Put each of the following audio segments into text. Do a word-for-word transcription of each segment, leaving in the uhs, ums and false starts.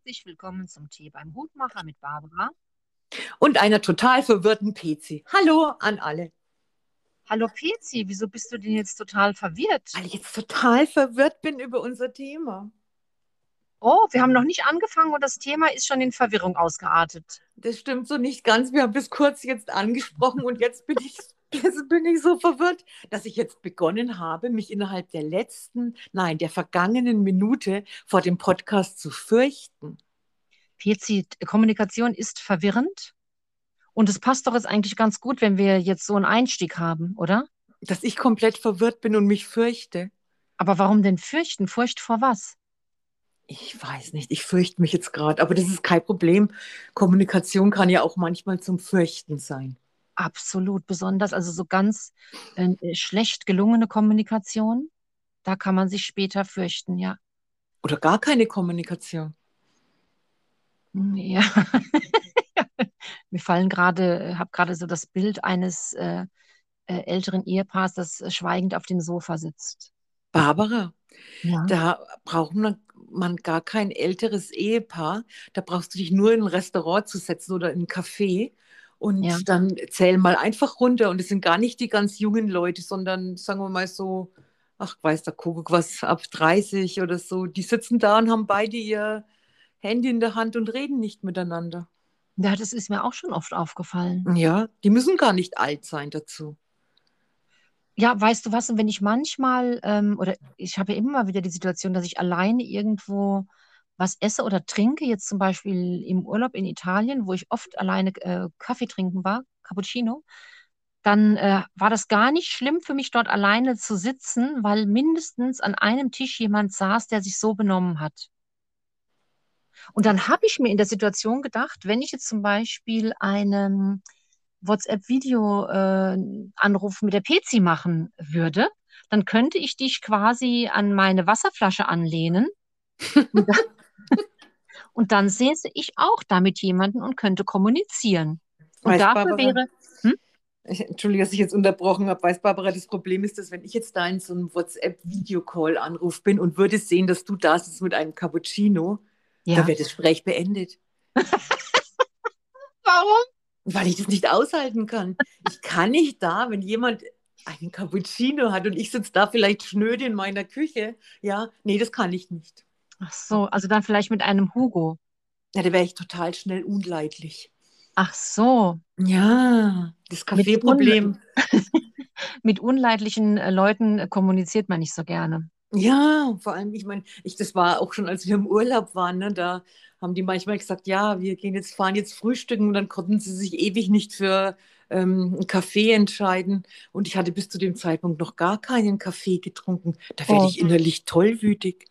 herzlich willkommen zum Tee beim Hutmacher mit Barbara. Und einer total verwirrten Pezi. Hallo an alle. Hallo Pezi, wieso bist du denn jetzt total verwirrt? Weil ich jetzt total verwirrt bin über unser Thema. Oh, wir haben noch nicht angefangen und das Thema ist schon in Verwirrung ausgeartet. Das stimmt so nicht ganz. Wir haben bis kurz jetzt angesprochen und jetzt bin ich, jetzt bin ich so verwirrt, dass ich jetzt begonnen habe, mich innerhalb der letzten, nein, der vergangenen Minute vor dem Podcast zu fürchten. Pezi, Kommunikation ist verwirrend und es passt doch jetzt eigentlich ganz gut, wenn wir jetzt so einen Einstieg haben, oder? Dass ich komplett verwirrt bin und mich fürchte. Aber warum denn fürchten? Furcht vor was? Ich weiß nicht, ich fürchte mich jetzt gerade, aber das ist kein Problem. Kommunikation kann ja auch manchmal zum Fürchten sein. Absolut, besonders, also so ganz äh, schlecht gelungene Kommunikation, da kann man sich später fürchten, ja. Oder gar keine Kommunikation. Ja. Mir fallen gerade, habe gerade so das Bild eines äh, äh, älteren Ehepaars, das äh, schweigend auf dem Sofa sitzt. Barbara, Ja. da braucht man, man gar kein älteres Ehepaar. Da brauchst du dich nur in ein Restaurant zu setzen oder in ein Café Ja. und dann zähl mal einfach runter. Und es sind gar nicht die ganz jungen Leute, sondern sagen wir mal so, ach, weiß der Kuckuck was, ab dreißig oder so. Die sitzen da und haben beide ihr Handy in der Hand und reden nicht miteinander. Ja, das ist mir auch schon oft aufgefallen. Ja, die müssen gar nicht alt sein dazu. Ja, weißt du was? Und wenn ich manchmal, ähm, oder ich habe ja immer mal wieder die Situation, dass ich alleine irgendwo was esse oder trinke, jetzt zum Beispiel im Urlaub in Italien, wo ich oft alleine äh, Kaffee trinken war, Cappuccino, dann äh, war das gar nicht schlimm für mich, dort alleine zu sitzen, weil mindestens an einem Tisch jemand saß, der sich so benommen hat. Und dann habe ich mir in der Situation gedacht, wenn ich jetzt zum Beispiel einen WhatsApp-Video-Anruf mit der Pezi machen würde, dann könnte ich dich quasi an meine Wasserflasche anlehnen und dann, und dann säße ich auch da mit jemandem und könnte kommunizieren. Und Weißt, dafür Barbara, wäre, hm? ich, Entschuldige, dass ich jetzt unterbrochen habe. Weiß, Barbara, das Problem ist, dass wenn ich jetzt da in so einem WhatsApp-Videocall-Anruf bin und würde sehen, dass du da sitzt mit einem Cappuccino, da Ja. wäre das Gespräch beendet. Warum? Weil ich das nicht aushalten kann. Ich kann nicht da, wenn jemand einen Cappuccino hat und ich sitze da vielleicht schnöde in meiner Küche. Ja, nee, das kann ich nicht. Ach so, also dann vielleicht mit einem Hugo. Ja, da wäre ich total schnell unleidlich. Ach so, Ja, das mit, un Kaffeeproblem. mit unleidlichen äh, Leuten äh, kommuniziert man nicht so gerne. Ja, vor allem, ich meine, ich, das war auch schon, als wir im Urlaub waren, ne, da haben die manchmal gesagt, ja, wir gehen jetzt, fahren jetzt frühstücken und dann konnten sie sich ewig nicht für ähm, einen Kaffee entscheiden. Und ich hatte bis zu dem Zeitpunkt noch gar keinen Kaffee getrunken. Da werde Oh, ich innerlich tollwütig.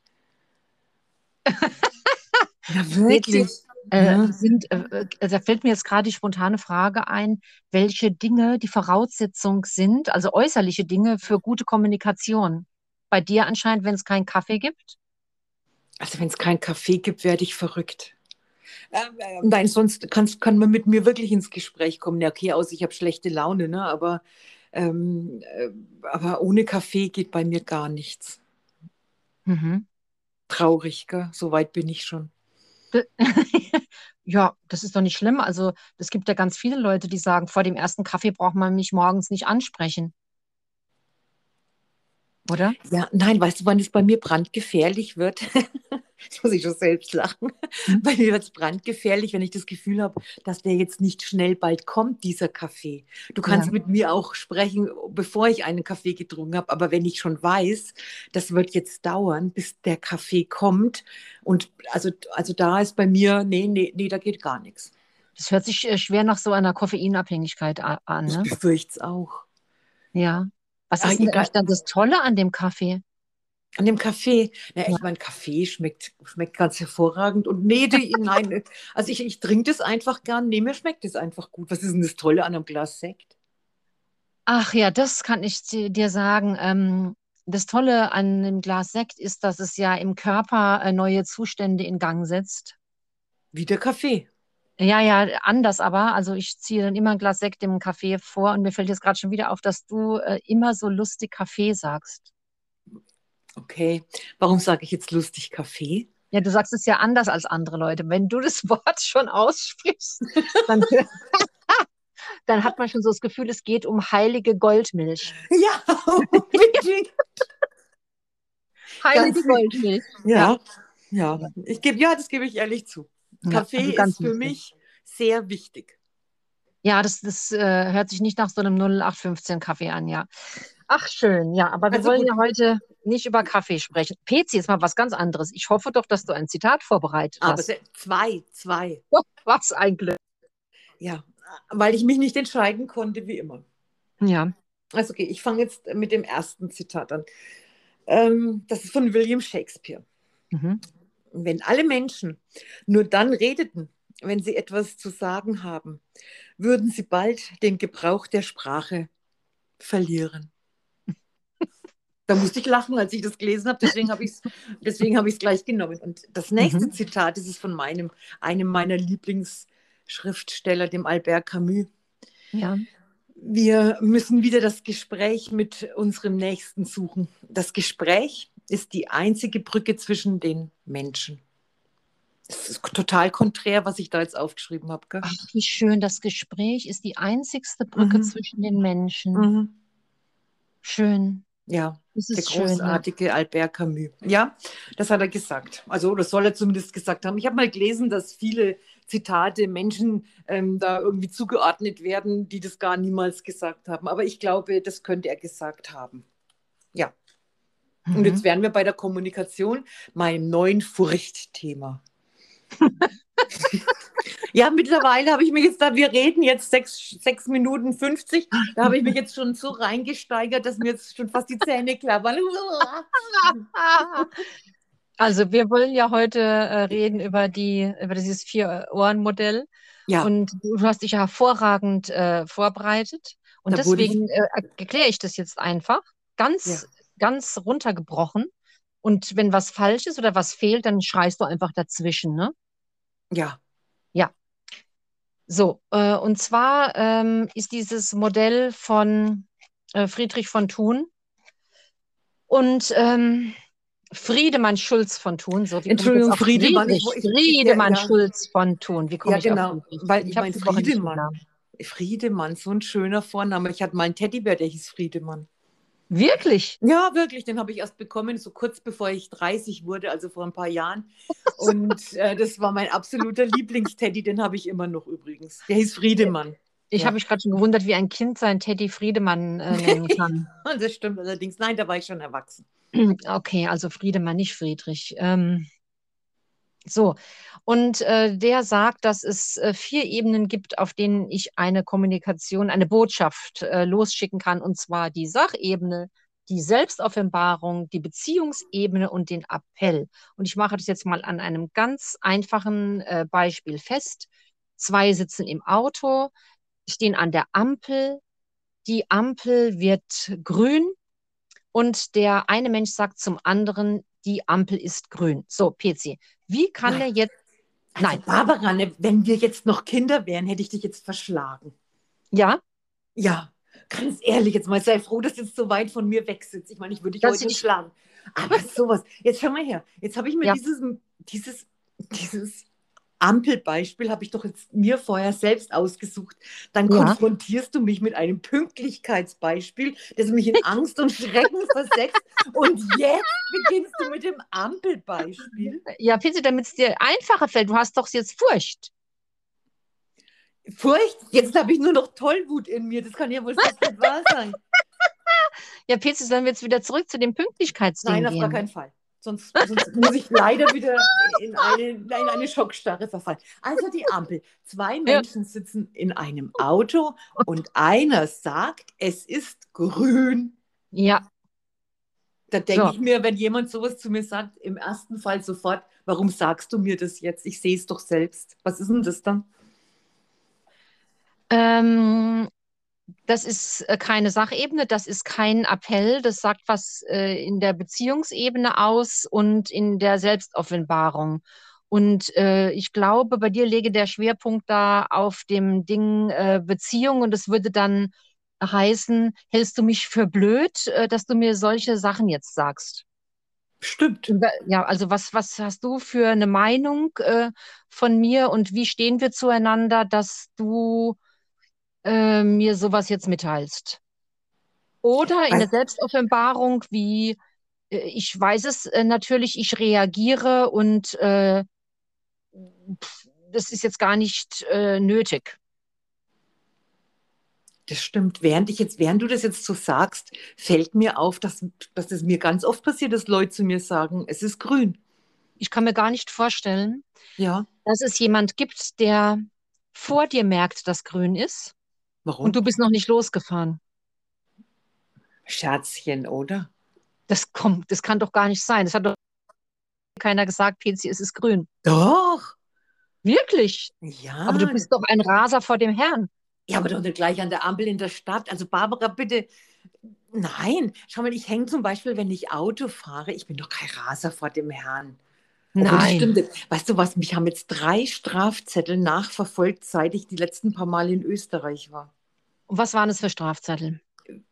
Ja, Betsy, wirklich. äh, Ja. sind, äh, äh, da fällt mir jetzt gerade die spontane Frage ein, welche Dinge die Voraussetzung sind, also äußerliche Dinge für gute Kommunikation. Bei dir anscheinend, wenn es keinen Kaffee gibt? Also wenn es keinen Kaffee gibt, werde ich verrückt. Ähm, äh, nein, sonst kann's, kann man mit mir wirklich ins Gespräch kommen. Ja, okay, aus, ich habe schlechte Laune, ne? Aber, ähm, äh, aber ohne Kaffee geht bei mir gar nichts. Mhm. Traurig, gell? So weit bin ich schon. D- Ja, das ist doch nicht schlimm. Also, es gibt ja ganz viele Leute, die sagen, vor dem ersten Kaffee braucht man mich morgens nicht ansprechen, oder? Ja, nein, weißt du, wann es bei mir brandgefährlich wird? Jetzt muss ich schon selbst lachen. Hm? Bei mir wird es brandgefährlich, wenn ich das Gefühl habe, dass der jetzt nicht schnell bald kommt, dieser Kaffee. Du Ja. kannst mit mir auch sprechen, bevor ich einen Kaffee getrunken habe, aber wenn ich schon weiß, das wird jetzt dauern, bis der Kaffee kommt und also, also da ist bei mir, nee, nee, nee, da geht gar nichts. Das hört sich äh, schwer nach so einer Koffeinabhängigkeit a- an, Ich ne? befürchte es auch. Ja. Was Ah, ist denn egal. eigentlich dann das Tolle an dem Kaffee? An dem Kaffee, na, Ja. ich meine, Kaffee schmeckt, schmeckt ganz hervorragend. Und nee, die, nein, also ich, ich trinke das einfach gern. Nee, mir schmeckt das einfach gut. Was ist denn das Tolle an einem Glas Sekt? Ach ja, das kann ich di- dir sagen. Ähm, das Tolle an einem Glas Sekt ist, dass es ja im Körper äh, neue Zustände in Gang setzt. Wie der Kaffee. Ja, ja, anders aber. Also ich ziehe dann immer ein Glas Sekt im Kaffee vor und mir fällt jetzt gerade schon wieder auf, dass du äh, immer so lustig Kaffee sagst. Okay. Warum sage ich jetzt lustig Kaffee? Ja, du sagst es ja anders als andere Leute. Wenn du das Wort schon aussprichst, dann, dann hat man schon so das Gefühl, es geht um heilige Goldmilch. Ja, unbedingt. Heilige Ganz, Goldmilch. Ja. ja, ja. Ja, Ich gebe, ja, das gebe ich ehrlich zu. ja, Kaffee also ganz ist für wichtig. mich sehr wichtig. Ja, das, das äh, hört sich nicht nach so einem null acht fünfzehn Kaffee an, ja. Ach, schön, ja, aber wir Also wollen gut, ja heute nicht über Kaffee sprechen. P C ist mal was ganz anderes. Ich hoffe doch, dass du ein Zitat vorbereitet aber hast. se- zwei, zwei. Was ein Glück. Ja, weil ich mich nicht entscheiden konnte, wie immer. Ja. Also okay, ich fange jetzt mit dem ersten Zitat an. Ähm, das ist von William Shakespeare. Mhm. Wenn alle Menschen nur dann redeten, wenn sie etwas zu sagen haben, würden sie bald den Gebrauch der Sprache verlieren. Da musste ich lachen, als ich das gelesen habe, deswegen habe ich es deswegen habe ich es gleich genommen. Und das nächste Mhm. Zitat, das ist von meinem, einem meiner Lieblingsschriftsteller, dem Albert Camus. Ja. Wir müssen wieder das Gespräch mit unserem Nächsten suchen. Das Gespräch ist die einzige Brücke zwischen den Menschen. Das ist total konträr, was ich da jetzt aufgeschrieben habe. Gell? Ach, wie schön. Das Gespräch ist die einzigste Brücke Mhm. zwischen den Menschen. Mhm. Schön. Ja, Das der ist schön, ja. großartige Albert Camus. Ja, das hat er gesagt. Also, das soll er zumindest gesagt haben. Ich habe mal gelesen, dass viele Zitate Menschen ähm, da irgendwie zugeordnet werden, die das gar niemals gesagt haben. Aber ich glaube, das könnte er gesagt haben. Ja. Und jetzt Mhm. wären wir bei der Kommunikation, meinem neuen Furchtthema. Ja, mittlerweile habe ich mich jetzt da, wir reden jetzt sechs, sechs Minuten fünfzig, da habe ich mich jetzt schon so reingesteigert, dass mir jetzt schon fast die Zähne klappern. Also wir wollen ja heute äh, reden über die, über dieses Vier-Ohren-Modell. Ja, Und du, du hast dich ja hervorragend äh, vorbereitet. Und da wurde ich, deswegen äh, erkläre ich das jetzt einfach ja, ganz, ganz runtergebrochen. Und wenn was falsch ist oder was fehlt, dann schreist du einfach dazwischen, ne? ja, Ja. So, äh, und zwar ähm, ist dieses Modell von äh, Friedrich von Thun und ähm, Friedemann Schulz von Thun. So, wie komme ich jetzt Entschuldigung, auf Friedemann, ich, Friedrich? ich, ich ja, Friedemann ja, Schulz von Thun. Wie ja, komme ich auf genau, Friedrich? weil ich Ich habe meine, die Woche nicht Friedemann, gelernt. Friedemann, so ein schöner Vorname. Ich hatte mal einen Teddybär, der hieß Friedemann. Wirklich? Ja, wirklich, den habe ich erst bekommen, so kurz bevor ich dreißig wurde, also vor ein paar Jahren. Und äh, das war mein absoluter Lieblingsteddy, den habe ich immer noch übrigens. Der hieß Friedemann. Ich habe Ja. mich gerade schon gewundert, wie ein Kind seinen Teddy Friedemann äh, nennen kann. Das stimmt allerdings. Nein, da war ich schon erwachsen. Okay, also Friedemann, nicht Friedrich. Ähm, so, und äh, der sagt, dass es äh, vier Ebenen gibt, auf denen ich eine Kommunikation, eine Botschaft äh, losschicken kann, und zwar die Sachebene, die Selbstoffenbarung, die Beziehungsebene und den Appell. Und ich mache das jetzt mal an einem ganz einfachen äh, Beispiel fest. Zwei sitzen im Auto, stehen an der Ampel, die Ampel wird grün und der eine Mensch sagt zum anderen, die Ampel ist grün. So, P C, wie kann Nein. der jetzt, Also nein, Barbara, ne, wenn wir jetzt noch Kinder wären, hätte ich dich jetzt verschlagen. ja, Ja, ganz ehrlich, jetzt mal sei froh, dass du jetzt so weit von mir weg sitzt. Ich meine, ich würde dich dass heute nicht ich, schlagen. Aber sowas, jetzt schau mal her. Jetzt habe ich mir ja, dieses, dieses, dieses Ampelbeispiel habe ich doch jetzt mir vorher selbst ausgesucht. Dann ja, konfrontierst du mich mit einem Pünktlichkeitsbeispiel, das mich in Angst und Schrecken versetzt. Und jetzt beginnst du mit dem Ampelbeispiel. ja, P C, damit es dir einfacher fällt, du hast doch jetzt Furcht. Furcht, jetzt habe ich nur noch Tollwut in mir. Das kann ja wohl fast nicht wahr sein. Ja, P C, sollen wir jetzt wieder zurück zu dem Nein, Pünktlichkeitsding auf gar gehen? keinen Fall. Sonst, sonst muss ich leider wieder in eine, in eine Schockstarre verfallen. Also die Ampel. Zwei Ja, Menschen sitzen in einem Auto und einer sagt, es ist grün. ja, Da denke so. ich mir, wenn jemand sowas zu mir sagt, im ersten Fall sofort, warum sagst du mir das jetzt? Ich sehe es doch selbst. Was ist denn das dann? Ähm, Das ist äh, keine Sachebene, das ist kein Appell, das sagt was äh, in der Beziehungsebene aus und in der Selbstoffenbarung. Und äh, ich glaube, bei dir lege der Schwerpunkt da auf dem Ding äh, Beziehung und es würde dann heißen, hältst du mich für blöd, äh, dass du mir solche Sachen jetzt sagst? Stimmt. Und da- Ja, also was, was hast du für eine Meinung äh, von mir und wie stehen wir zueinander, dass du äh, mir sowas jetzt mitteilst? Oder in der Weil Selbstoffenbarung, wie äh, ich weiß es äh, natürlich, ich reagiere und äh, pf, das ist jetzt gar nicht äh, nötig. das stimmt. Während ich jetzt, während du das jetzt so sagst, fällt mir auf, dass, dass es mir ganz oft passiert, dass Leute zu mir sagen, es ist grün. Ich kann mir gar nicht vorstellen, Ja, dass es jemand gibt, der vor dir merkt, dass grün ist und warum? du bist noch nicht losgefahren. Scherzchen, oder? Das kommt, das kann doch gar nicht sein. Das hat doch keiner gesagt, P C, es ist grün. Doch. Wirklich? Aber du Ja, bist doch ein Raser vor dem Herrn. ja, aber doch nicht gleich an der Ampel in der Stadt. Also Barbara, bitte. Nein, schau mal, ich hänge zum Beispiel, wenn ich Auto fahre, ich bin doch kein Raser vor dem Herrn. Obwohl das Nein. stimmt. Weißt du was, mich haben jetzt drei Strafzettel nachverfolgt, seit ich die letzten paar Mal in Österreich war. Und was waren es für Strafzettel?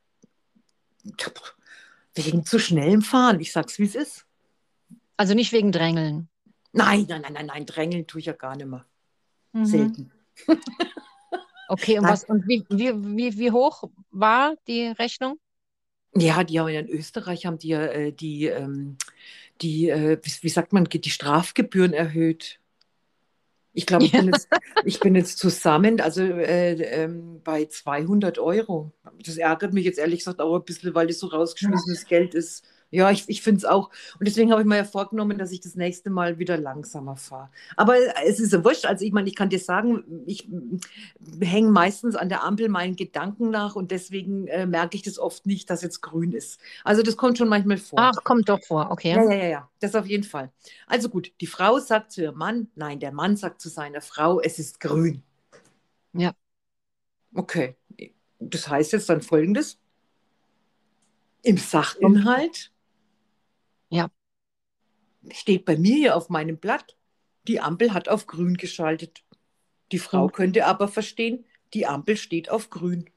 Wegen zu schnellem Fahren. Ich sag's, wie es ist. Also nicht wegen Drängeln. Nein, nein, nein, nein, nein, drängeln tue ich ja gar nicht mehr. Mhm. Selten. Okay, und Nein, was, und wie, wie, wie, wie hoch war die Rechnung? ja, die haben in Österreich haben die ja äh, die, ähm, die äh, wie, wie sagt man, die Strafgebühren erhöht. Ich glaube, ich Ja. bin jetzt, ich bin jetzt zusammen, also äh, ähm, bei zweihundert Euro. Das ärgert mich jetzt ehrlich gesagt auch ein bisschen, weil das so rausgeschmissenes Geld ist. Ja, ich, ich finde es auch. Und deswegen habe ich mir ja vorgenommen, dass ich das nächste Mal wieder langsamer fahre. Aber es ist ja wurscht. Also ich meine, ich kann dir sagen, ich hänge meistens an der Ampel meinen Gedanken nach und deswegen äh, merke ich das oft nicht, dass jetzt grün ist. Also das kommt schon manchmal vor. Ach, kommt doch vor, Ja, okay. ja, ja, ja, das auf jeden Fall. Also gut, die Frau sagt zu ihrem Mann, nein, der Mann sagt zu seiner Frau, es ist grün. Ja, Okay, das heißt jetzt dann Folgendes. Im kommt, Sachinhalt ja. steht bei mir hier auf meinem Blatt, die Ampel hat auf grün geschaltet. Die Frau Und könnte aber verstehen, die Ampel steht auf grün.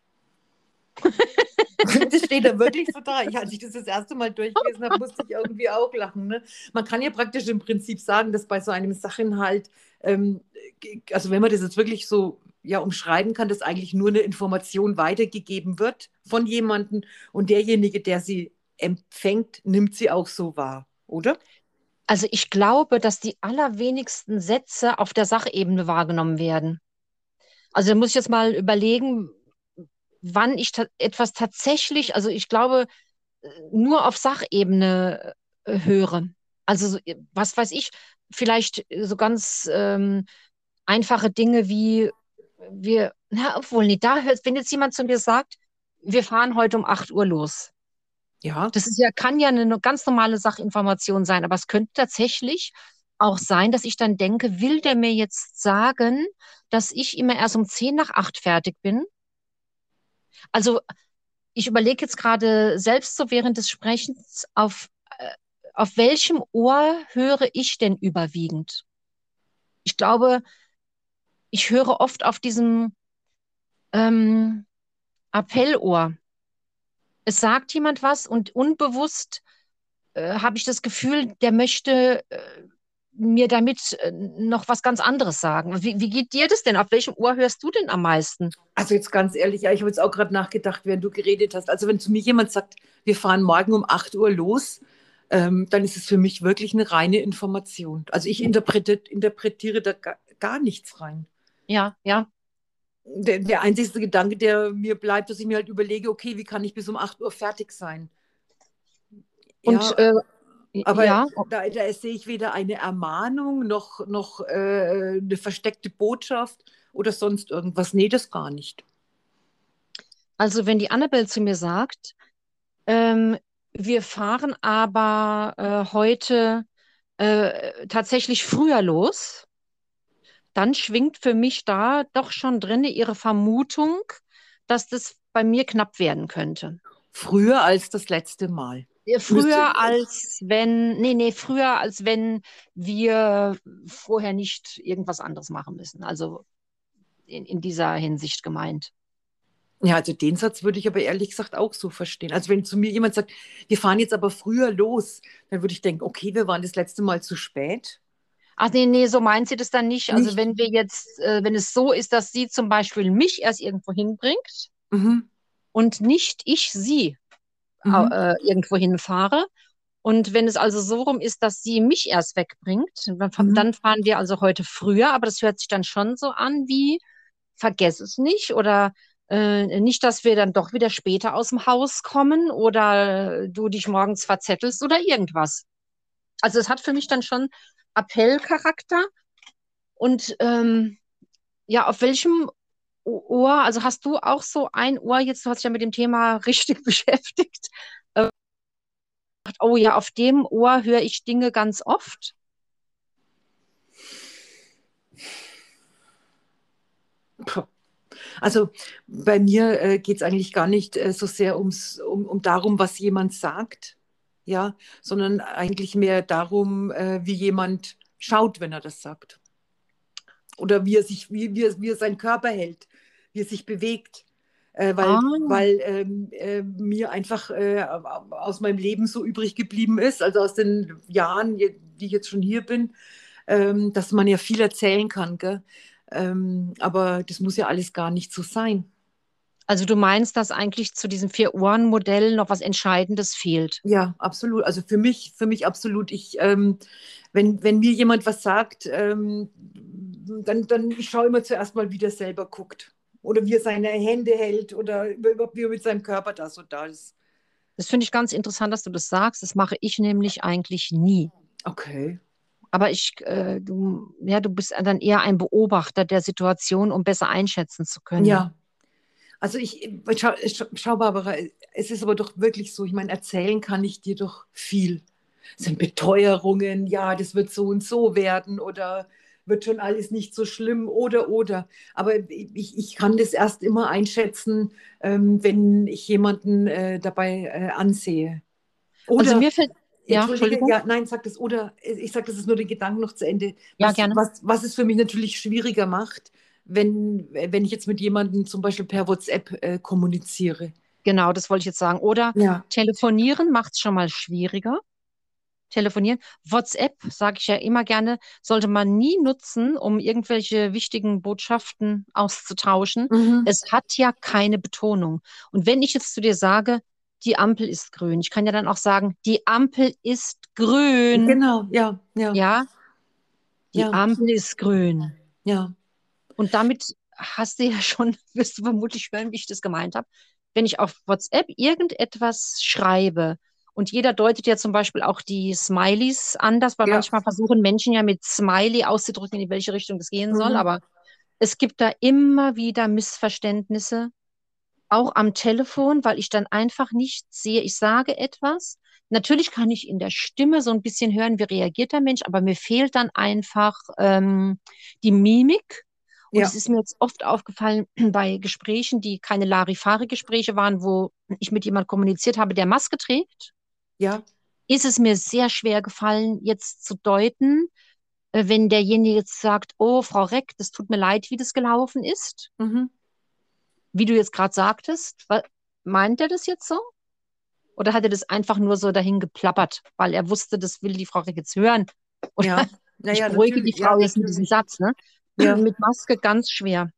Das steht da wirklich so da. Ich, als ich das das erste Mal durchgelesen habe, musste ich irgendwie auch lachen. Ne? Man kann ja praktisch im Prinzip sagen, dass bei so einem Sachinhalt, ähm, also wenn man das jetzt wirklich so ja, umschreiben kann, dass eigentlich nur eine Information weitergegeben wird von jemandem und derjenige, der sie empfängt, nimmt sie auch so wahr, oder? Also ich glaube, dass die allerwenigsten Sätze auf der Sachebene wahrgenommen werden. Also da muss ich jetzt mal überlegen, wann ich ta etwas tatsächlich, also ich glaube, äh, nur auf Sachebene äh, höre. Also so, äh, was weiß ich, vielleicht äh, so ganz ähm, einfache Dinge wie wir, na, obwohl, nee, da hört, wenn jetzt jemand zu mir sagt, wir fahren heute um acht Uhr los. Ja, Das ist ja, kann ja eine ganz normale Sachinformation sein, aber es könnte tatsächlich auch sein, dass ich dann denke, will der mir jetzt sagen, dass ich immer erst um zehn nach acht fertig bin? Also ich überlege jetzt gerade selbst so während des Sprechens, auf, äh, auf welchem Ohr höre ich denn überwiegend? Ich glaube, ich höre oft auf diesem ähm, Appellohr. Es sagt jemand was und unbewusst äh, habe ich das Gefühl, der möchte äh, mir damit äh, noch was ganz anderes sagen. Wie, wie geht dir das denn? Auf welchem Ohr hörst du denn am meisten? also jetzt ganz ehrlich, ja, ich habe jetzt auch gerade nachgedacht, während du geredet hast. Also wenn zu mir jemand sagt, wir fahren morgen um acht Uhr los, ähm, dann ist es für mich wirklich eine reine Information. Also ich interpretiere, interpretiere da gar, gar nichts rein. Ja, ja. Der, der einzige Gedanke, der mir bleibt, dass ich mir halt überlege, okay, wie kann ich bis um acht Uhr fertig sein? Und Ja, äh, aber ja, da, da sehe ich weder eine Ermahnung noch, noch äh, eine versteckte Botschaft oder sonst irgendwas. Nee, das gar nicht. also wenn die Annabelle zu mir sagt, ähm, wir fahren aber äh, heute äh, tatsächlich früher los, dann schwingt für mich da doch schon drin ihre Vermutung, dass das bei mir knapp werden könnte. Früher als das letzte Mal. Ja, Müsste, früher als wenn, nee, nee, früher als wenn wir vorher nicht irgendwas anderes machen müssen. Also in, in dieser Hinsicht gemeint. Ja, also den Satz würde ich aber ehrlich gesagt auch so verstehen. Also wenn zu mir jemand sagt, wir fahren jetzt aber früher los, dann würde ich denken, okay, wir waren das letzte Mal zu spät. Ach nee, nee, so meint sie das dann nicht. Also Nicht? wenn wir jetzt, äh, wenn es so ist, dass sie zum Beispiel mich erst irgendwo hinbringt Mhm. und nicht ich sie Mhm. äh, irgendwo hinfahre. Und wenn es also so rum ist, dass sie mich erst wegbringt, dann fa- Mhm. dann fahren wir also heute früher, aber das hört sich dann schon so an wie, vergess es nicht oder äh, nicht, dass wir dann doch wieder später aus dem Haus kommen oder du dich morgens verzettelst oder irgendwas. Also es hat für mich dann schon Appellcharakter und ähm, ja, auf welchem Ohr, also hast du auch so ein Ohr, jetzt du hast dich ja mit dem Thema richtig beschäftigt. Oh ja, auf dem Ohr höre ich Dinge ganz oft. Puh. Also bei mir äh, geht es eigentlich gar nicht äh, so sehr ums, um, um darum, was jemand sagt, ja, sondern eigentlich mehr darum, äh, wie jemand schaut, wenn er das sagt. Oder wie er sich, wie, wie, er, wie er seinen Körper hält, wie er sich bewegt. Äh, weil Ah, weil ähm, äh, mir einfach äh, aus meinem Leben so übrig geblieben ist, also aus den Jahren, die ich jetzt schon hier bin, ähm, dass man ja viel erzählen kann, gell? Ähm, aber das muss ja alles gar nicht so sein. also du meinst, dass eigentlich zu diesem Vier-Ohren-Modell noch was Entscheidendes fehlt. Ja, absolut. Also für mich, für mich absolut. Ich, ähm, wenn, wenn mir jemand was sagt, ähm, dann, dann ich schaue immer zuerst mal, wie der selber guckt. Oder wie er seine Hände hält oder überhaupt wie er mit seinem Körper da so da ist. Das finde ich ganz interessant, dass du das sagst. Das mache ich nämlich eigentlich nie. Okay. Aber ich, äh, du, ja, du bist dann eher ein Beobachter der Situation, um besser einschätzen zu können. Ja, also ich, schau, schau, schau, Barbara, es ist aber doch wirklich so, ich meine, erzählen kann ich dir doch viel. Es sind Beteuerungen, ja, das wird so und so werden oder wird schon alles nicht so schlimm oder oder. Aber ich, ich kann das erst immer einschätzen, ähm, wenn ich jemanden äh, dabei äh, ansehe. Also Oder, mir fällt, ja, entschuldige, Entschuldigung, ja, nein, sag das, oder ich sage das ist nur den Gedanken noch zu Ende, ja, was, gerne. was, was es für mich natürlich schwieriger macht, wenn, wenn ich jetzt mit jemandem zum Beispiel per WhatsApp äh, kommuniziere. Genau, das wollte ich jetzt sagen. Oder Ja. telefonieren macht es schon mal schwieriger. Telefonieren. WhatsApp, sage ich ja immer gerne, sollte man nie nutzen, um irgendwelche wichtigen Botschaften auszutauschen. Mhm. Es hat ja keine Betonung. Und wenn ich jetzt zu dir sage, die Ampel ist grün, ich kann ja dann auch sagen, die Ampel ist grün. Genau, ja, ja, Ja, die ja, Ampel ist grün. ja. Und damit hast du ja schon, wirst du vermutlich hören, wie ich das gemeint habe. Wenn ich auf WhatsApp irgendetwas schreibe, und jeder deutet ja zum Beispiel auch die Smileys anders, weil Ja. manchmal versuchen Menschen ja mit Smiley auszudrücken, in welche Richtung das gehen soll. Mhm. Aber es gibt da immer wieder Missverständnisse, auch am Telefon, weil ich dann einfach nicht sehe, ich sage etwas. Natürlich kann ich in der Stimme so ein bisschen hören, wie reagiert der Mensch, aber mir fehlt dann einfach ähm, die Mimik. Und es Ja, ist mir jetzt oft aufgefallen bei Gesprächen, die keine Larifari-Gespräche waren, wo ich mit jemandem kommuniziert habe, der Maske trägt, ja. ist es mir sehr schwer gefallen, jetzt zu deuten, äh, wenn derjenige jetzt sagt, oh, Frau Reck, das tut mir leid, wie das gelaufen ist. Mhm. Wie du jetzt gerade sagtest, wa- meint er das jetzt so? Oder hat er das einfach nur so dahin geplappert, weil er wusste, das will die Frau Reck jetzt hören? Oder Ja, ich naja, beruhige die natürlich, ja, Frau jetzt mit diesem natürlich. Satz, ne? Ja. Mit Maske ganz schwer.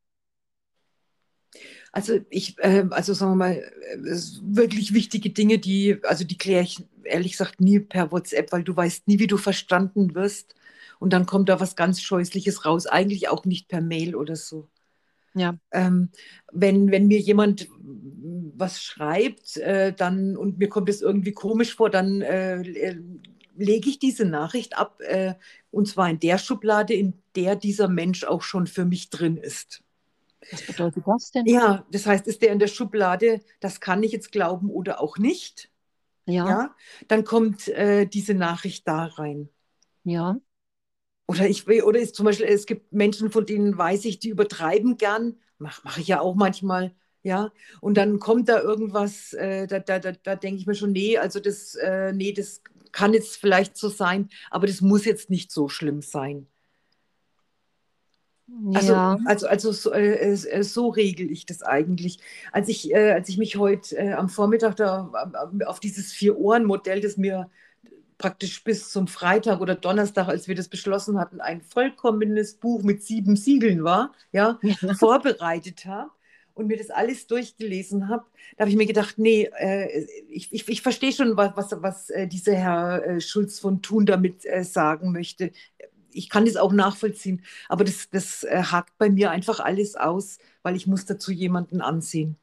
Also ich, äh, also sagen wir mal, äh, es- wirklich wichtige Dinge, die, also die kläre ich ehrlich gesagt nie per WhatsApp, weil du weißt nie, wie du verstanden wirst. Und dann kommt da was ganz Scheußliches raus. Eigentlich auch nicht per Mail oder so. Ja. Ähm, wenn, wenn mir jemand was schreibt, äh, dann und mir kommt es irgendwie komisch vor, dann äh, äh, lege ich diese Nachricht ab, äh, und zwar in der Schublade, in der dieser Mensch auch schon für mich drin ist. Was bedeutet das denn? Ja, das heißt, ist der in der Schublade, das kann ich jetzt glauben oder auch nicht, Ja, ja, dann kommt äh, diese Nachricht da rein. ja. Oder ich will, oder ist zum Beispiel, es gibt Menschen, von denen weiß ich, die übertreiben gern, mache mach ich ja auch manchmal, ja. Und dann kommt da irgendwas, äh, da, da, da, da denke ich mir schon, nee, also das, äh, nee, das kann jetzt vielleicht so sein, aber das muss jetzt nicht so schlimm sein. Also, Ja, also, also so, äh, äh, so regel ich das eigentlich. Als ich, äh, als ich mich heute äh, am Vormittag da äh, auf dieses Vier-Ohren-Modell, das mir praktisch bis zum Freitag oder Donnerstag, als wir das beschlossen hatten, ein vollkommenes Buch mit sieben Siegeln war, ja, ja. vorbereitet habe und mir das alles durchgelesen habe, da habe ich mir gedacht, nee, äh, ich, ich, ich verstehe schon, was, was, was äh, dieser Herr äh, Schulz von Thun damit äh, sagen möchte. Ich kann das auch nachvollziehen, aber das, das äh, hakt bei mir einfach alles aus, weil ich muss dazu jemanden ansehen.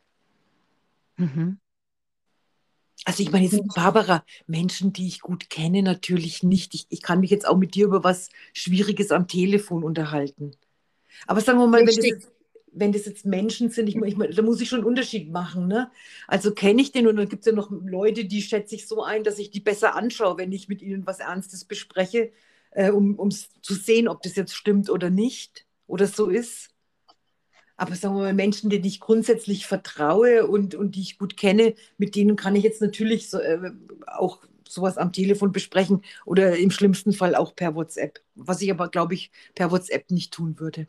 Mhm. Also ich meine jetzt, Barbara, Menschen, die ich gut kenne, natürlich nicht. Ich, ich kann mich jetzt auch mit dir über was Schwieriges am Telefon unterhalten. Aber sagen wir mal, wenn das Richtig. jetzt, wenn das jetzt Menschen sind, ich, ich, da muss ich schon einen Unterschied machen. Ne? Also kenne ich den und dann gibt es ja noch Leute, die schätze ich so ein, dass ich die besser anschaue, wenn ich mit ihnen was Ernstes bespreche, äh, um um zu sehen, ob das jetzt stimmt oder nicht oder so ist. Aber sagen wir mal, Menschen, denen ich grundsätzlich vertraue und, und die ich gut kenne, mit denen kann ich jetzt natürlich so, äh, auch sowas am Telefon besprechen oder im schlimmsten Fall auch per WhatsApp. Was ich aber, glaube ich, per WhatsApp nicht tun würde.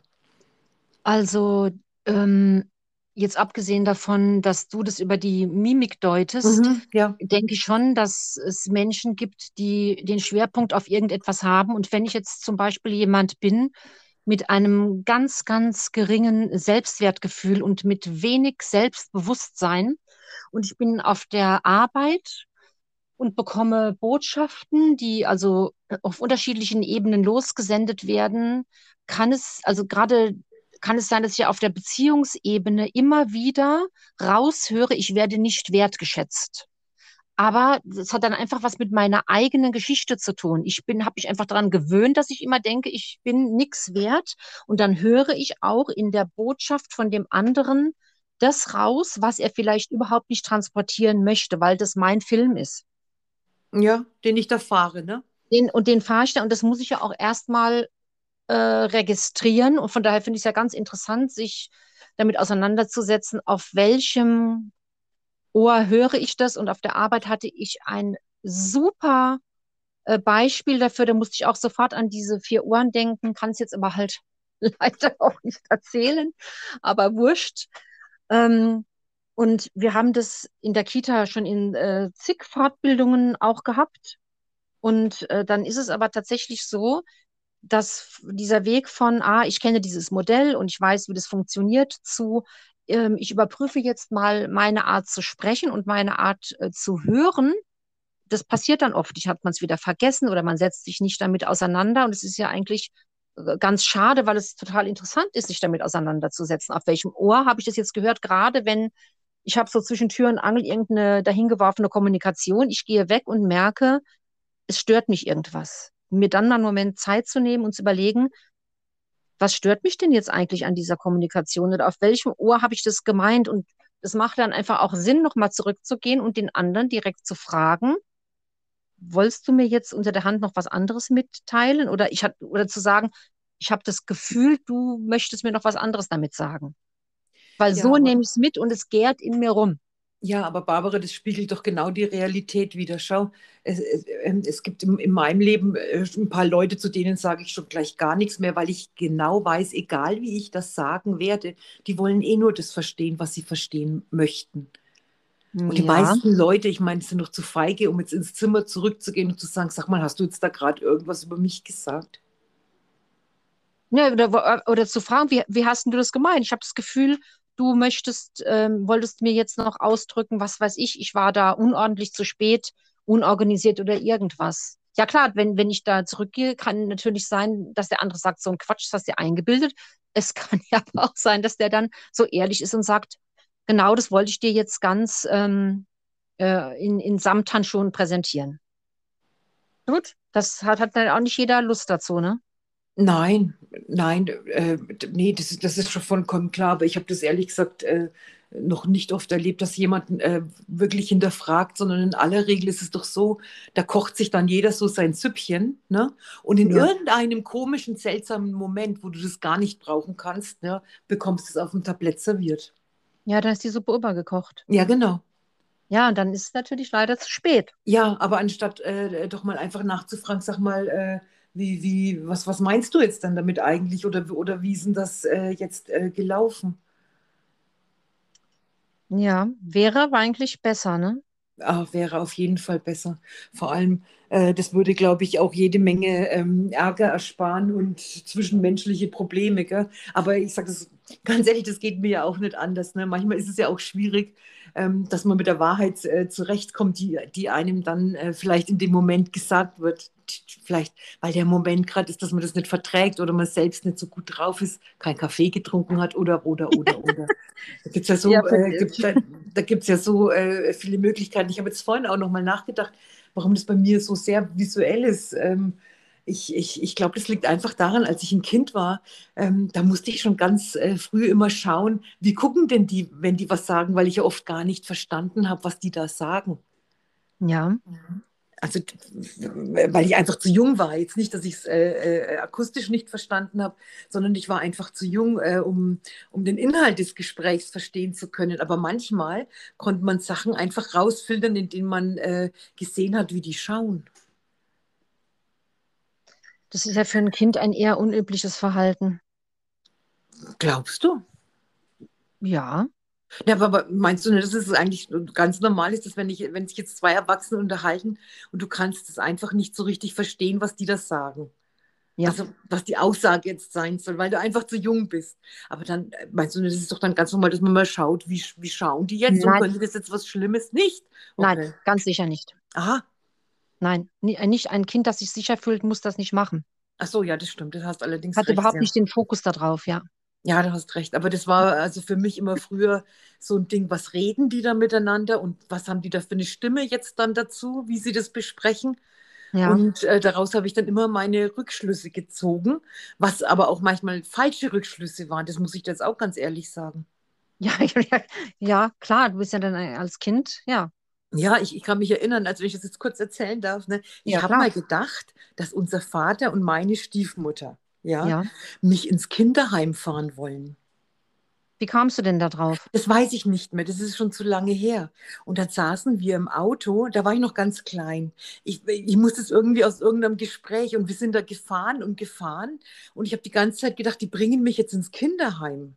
Also, ähm, jetzt abgesehen davon, dass du das über die Mimik deutest, Mhm, ja, denke ich schon, dass es Menschen gibt, die den Schwerpunkt auf irgendetwas haben. Und wenn ich jetzt zum Beispiel jemand bin mit einem ganz, ganz geringen Selbstwertgefühl und mit wenig Selbstbewusstsein und ich bin auf der Arbeit und bekomme Botschaften, die also auf unterschiedlichen Ebenen losgesendet werden, kann es, also gerade kann es sein, dass ich auf der Beziehungsebene immer wieder raushöre, ich werde nicht wertgeschätzt. Aber das hat dann einfach was mit meiner eigenen Geschichte zu tun. Ich bin, habe mich einfach daran gewöhnt, dass ich immer denke, ich bin nichts wert. Und dann höre ich auch in der Botschaft von dem anderen das raus, was er vielleicht überhaupt nicht transportieren möchte, weil das mein Film ist. ja, den ich da fahre, ne? Den, und den fahre ich dann, und das muss ich ja auch erstmal äh, registrieren. Und von daher finde ich es ja ganz interessant, sich damit auseinanderzusetzen, auf welchem Ohr höre ich das. Und auf der Arbeit hatte ich ein super äh, Beispiel dafür. Da musste ich auch sofort an diese vier Ohren denken, kann es jetzt aber halt leider auch nicht erzählen, aber wurscht. Ähm, und wir haben das in der Kita schon in äh, zig Fortbildungen auch gehabt. Und äh, dann ist es aber tatsächlich so, dass dieser Weg von, ah, ich kenne dieses Modell und ich weiß, wie das funktioniert, zu, ähm, ich überprüfe jetzt mal meine Art zu sprechen und meine Art äh, zu hören. Das passiert dann oft. Ich hat man es wieder vergessen oder man setzt sich nicht damit auseinander. Und es ist ja eigentlich äh, ganz schade, weil es total interessant ist, sich damit auseinanderzusetzen. Auf welchem Ohr habe ich das jetzt gehört? Gerade wenn ich habe so zwischen Tür und Angel irgendeine dahingeworfene Kommunikation. Ich gehe weg und merke, es stört mich irgendwas. Mir dann mal einen Moment Zeit zu nehmen und zu überlegen, was stört mich denn jetzt eigentlich an dieser Kommunikation oder auf welchem Ohr habe ich das gemeint? Und es macht dann einfach auch Sinn, nochmal zurückzugehen und den anderen direkt zu fragen, wolltest du mir jetzt unter der Hand noch was anderes mitteilen? Oder ich hat, oder zu sagen, ich habe das Gefühl, du möchtest mir noch was anderes damit sagen. Weil Ja, so aber nehme ich es mit und es gärt in mir rum. Ja, aber Barbara, das spiegelt doch genau die Realität wider. Schau, es, es, ähm, es gibt in, in meinem Leben äh, ein paar Leute, zu denen sage ich schon gleich gar nichts mehr, weil ich genau weiß, egal wie ich das sagen werde, die wollen eh nur das verstehen, was sie verstehen möchten. Und die Ja. meisten Leute, ich meine, sind noch zu feige, um jetzt ins Zimmer zurückzugehen und zu sagen, sag mal, hast du jetzt da gerade irgendwas über mich gesagt? Ja, oder, oder zu fragen, wie, wie hast denn du das gemeint? Ich habe das Gefühl, du möchtest, ähm, wolltest mir jetzt noch ausdrücken, was weiß ich, ich war da unordentlich zu spät, unorganisiert oder irgendwas. Ja klar, wenn, wenn ich da zurückgehe, kann natürlich sein, dass der andere sagt, so ein Quatsch, das hast du dir eingebildet. Es kann ja aber auch sein, dass der dann so ehrlich ist und sagt, genau das wollte ich dir jetzt ganz ähm, äh, in, in Samthandschuhen präsentieren. Gut, das hat, hat dann auch nicht jeder Lust dazu, ne? Nein, nein, äh, nee, das, ist- das ist schon vollkommen klar. Aber ich habe das ehrlich gesagt äh, noch nicht oft erlebt, dass jemand äh, wirklich hinterfragt, sondern in aller Regel ist es doch so, da kocht sich dann jeder so sein Süppchen, ne? Und in Ja. irgendeinem komischen, seltsamen Moment, wo du das gar nicht brauchen kannst, ne, bekommst du es auf dem Tablett serviert. Ja, dann ist die Suppe übergekocht. Ja, genau. Ja, und dann ist es natürlich leider zu spät. Ja, aber anstatt äh, doch mal einfach nachzufragen, sag mal, äh, Wie, wie, was, was meinst du jetzt dann damit eigentlich oder, oder wie ist denn das äh, jetzt äh, gelaufen? Ja, wäre aber eigentlich besser, ne? Ah, wäre auf jeden Fall besser. Vor allem, äh, das würde, glaube ich, auch jede Menge ähm, Ärger ersparen und zwischenmenschliche Probleme. Gell? Aber ich sage das ganz ehrlich, das geht mir ja auch nicht anders. Ne? Manchmal ist es ja auch schwierig, ähm, dass man mit der Wahrheit äh, zurechtkommt, die, die einem dann äh, vielleicht in dem Moment gesagt wird. Vielleicht, weil der Moment gerade ist, dass man das nicht verträgt oder man selbst nicht so gut drauf ist, keinen Kaffee getrunken hat oder, oder, oder, oder. Da gibt es ja Ja, so, für, äh, gibt, da, da gibt's ja so äh, viele Möglichkeiten. Ich habe jetzt vorhin auch noch mal nachgedacht, warum das bei mir so sehr visuell ist. Ähm, ich ich, ich glaube, das liegt einfach daran, als ich ein Kind war, ähm, da musste ich schon ganz äh, früh immer schauen, wie gucken denn die, wenn die was sagen, weil ich ja oft gar nicht verstanden habe, was die da sagen. ja. Also, weil ich einfach zu jung war. Jetzt nicht, dass ich es äh, äh, akustisch nicht verstanden habe, sondern ich war einfach zu jung, äh, um, um den Inhalt des Gesprächs verstehen zu können. Aber manchmal konnte man Sachen einfach rausfiltern, indem man äh, gesehen hat, wie die schauen. Das ist ja für ein Kind ein eher unübliches Verhalten. Glaubst du? Ja, Ja, aber aber meinst du nicht, dass es eigentlich ganz normal ist, dass wenn, ich, wenn sich jetzt zwei Erwachsene unterhalten und du kannst es einfach nicht so richtig verstehen, was die das sagen? ja. Also, was die Aussage jetzt sein soll, weil du einfach zu jung bist. Aber dann, äh, meinst du, das ist doch dann ganz normal, dass man mal schaut, wie, wie schauen die jetzt und Nein, könnte das jetzt was Schlimmes? Nicht? nein, Okay. ganz sicher nicht. Aha. Nein, ni- äh, nicht ein Kind, das sich sicher fühlt, muss das nicht machen. Ach so, ja, das stimmt. Du hast allerdings Hat recht, überhaupt ja. nicht den Fokus darauf, ja. Ja, du hast recht. Aber das war also für mich immer früher so ein Ding, was reden die da miteinander und was haben die da für eine Stimme jetzt dann dazu, wie sie das besprechen? Ja, Und äh, daraus habe ich dann immer meine Rückschlüsse gezogen, was aber auch manchmal falsche Rückschlüsse waren. Das muss ich jetzt auch ganz ehrlich sagen. ja, ja, ja, klar, du bist ja dann ein- als Kind, ja, Ja, ich, ich kann mich erinnern, also wenn ich das jetzt kurz erzählen darf, ne, ich ja, habe klar, mal gedacht, dass unser Vater und meine Stiefmutter, ja, ja. mich ins Kinderheim fahren wollen. Wie kamst du denn da drauf? Das weiß ich nicht mehr, das ist schon zu lange her. Und dann saßen wir im Auto, da war ich noch ganz klein. Ich, ich musste es irgendwie aus irgendeinem Gespräch und wir sind da gefahren und gefahren und ich habe die ganze Zeit gedacht, die bringen mich jetzt ins Kinderheim.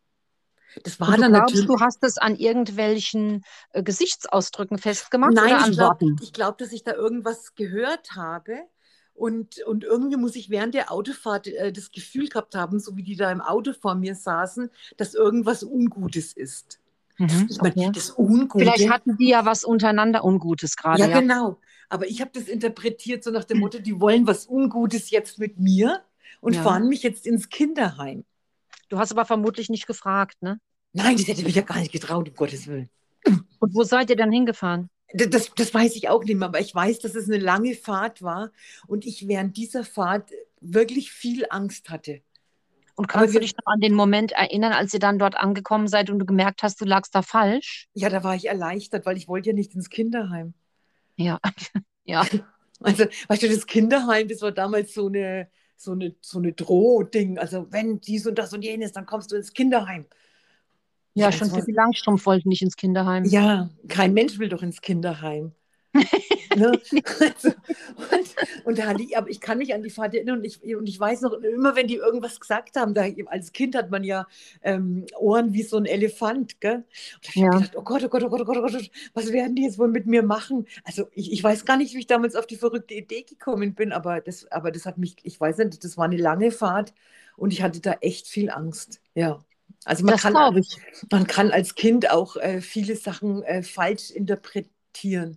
Das war Und du dann glaubst, natürlich, du hast es an irgendwelchen äh, Gesichtsausdrücken festgemacht nein, oder ich an glaube, Worten? ich glaub, dass ich da irgendwas gehört habe und, und irgendwie muss ich während der Autofahrt äh, das Gefühl gehabt haben, so wie die da im Auto vor mir saßen, dass irgendwas Ungutes ist. Das, Mhm, ich meine, okay. das Vielleicht Ungute, hatten die ja was untereinander Ungutes gerade, ja ja. genau, aber ich habe das interpretiert so nach dem Motto, die wollen was Ungutes jetzt mit mir und Ja. fahren mich jetzt ins Kinderheim. Du hast aber vermutlich nicht gefragt, ne? Nein, das hätte mich ja gar nicht getraut, um Gottes Willen. Und wo seid ihr dann hingefahren? Das, das weiß ich auch nicht mehr, aber ich weiß, dass es eine lange Fahrt war und ich während dieser Fahrt wirklich viel Angst hatte. Und Aber kannst du wir, dich noch an den Moment erinnern, als ihr dann dort angekommen seid und du gemerkt hast, du lagst da falsch? ja, da war ich erleichtert, weil ich wollte ja nicht ins Kinderheim. Ja, ja. Also, weißt du, das Kinderheim, das war damals so eine, so eine, so eine Drohding. Also, wenn dies und das und jenes, dann kommst du ins Kinderheim. Ich Ja, meine, schon es war, Pippi Langstrumpf wollte nicht ins Kinderheim. ja, kein Mensch will doch ins Kinderheim. Ne? Also, und, und da hatte ich, aber ich kann mich an die Fahrt erinnern und ich, und ich weiß noch, immer wenn die irgendwas gesagt haben, da, als Kind hat man ja ähm, Ohren wie so ein Elefant, gell? Und da habe ich Ja. gedacht, oh Gott, oh Gott, oh Gott, oh Gott, oh Gott, was werden die jetzt wohl mit mir machen? Also ich, ich weiß gar nicht, wie ich damals auf die verrückte Idee gekommen bin, aber das, aber das hat mich, ich weiß nicht, das war eine lange Fahrt und ich hatte da echt viel Angst, ja. Also man Das kann, glaube ich. man kann als Kind auch äh, viele Sachen äh, falsch interpretieren.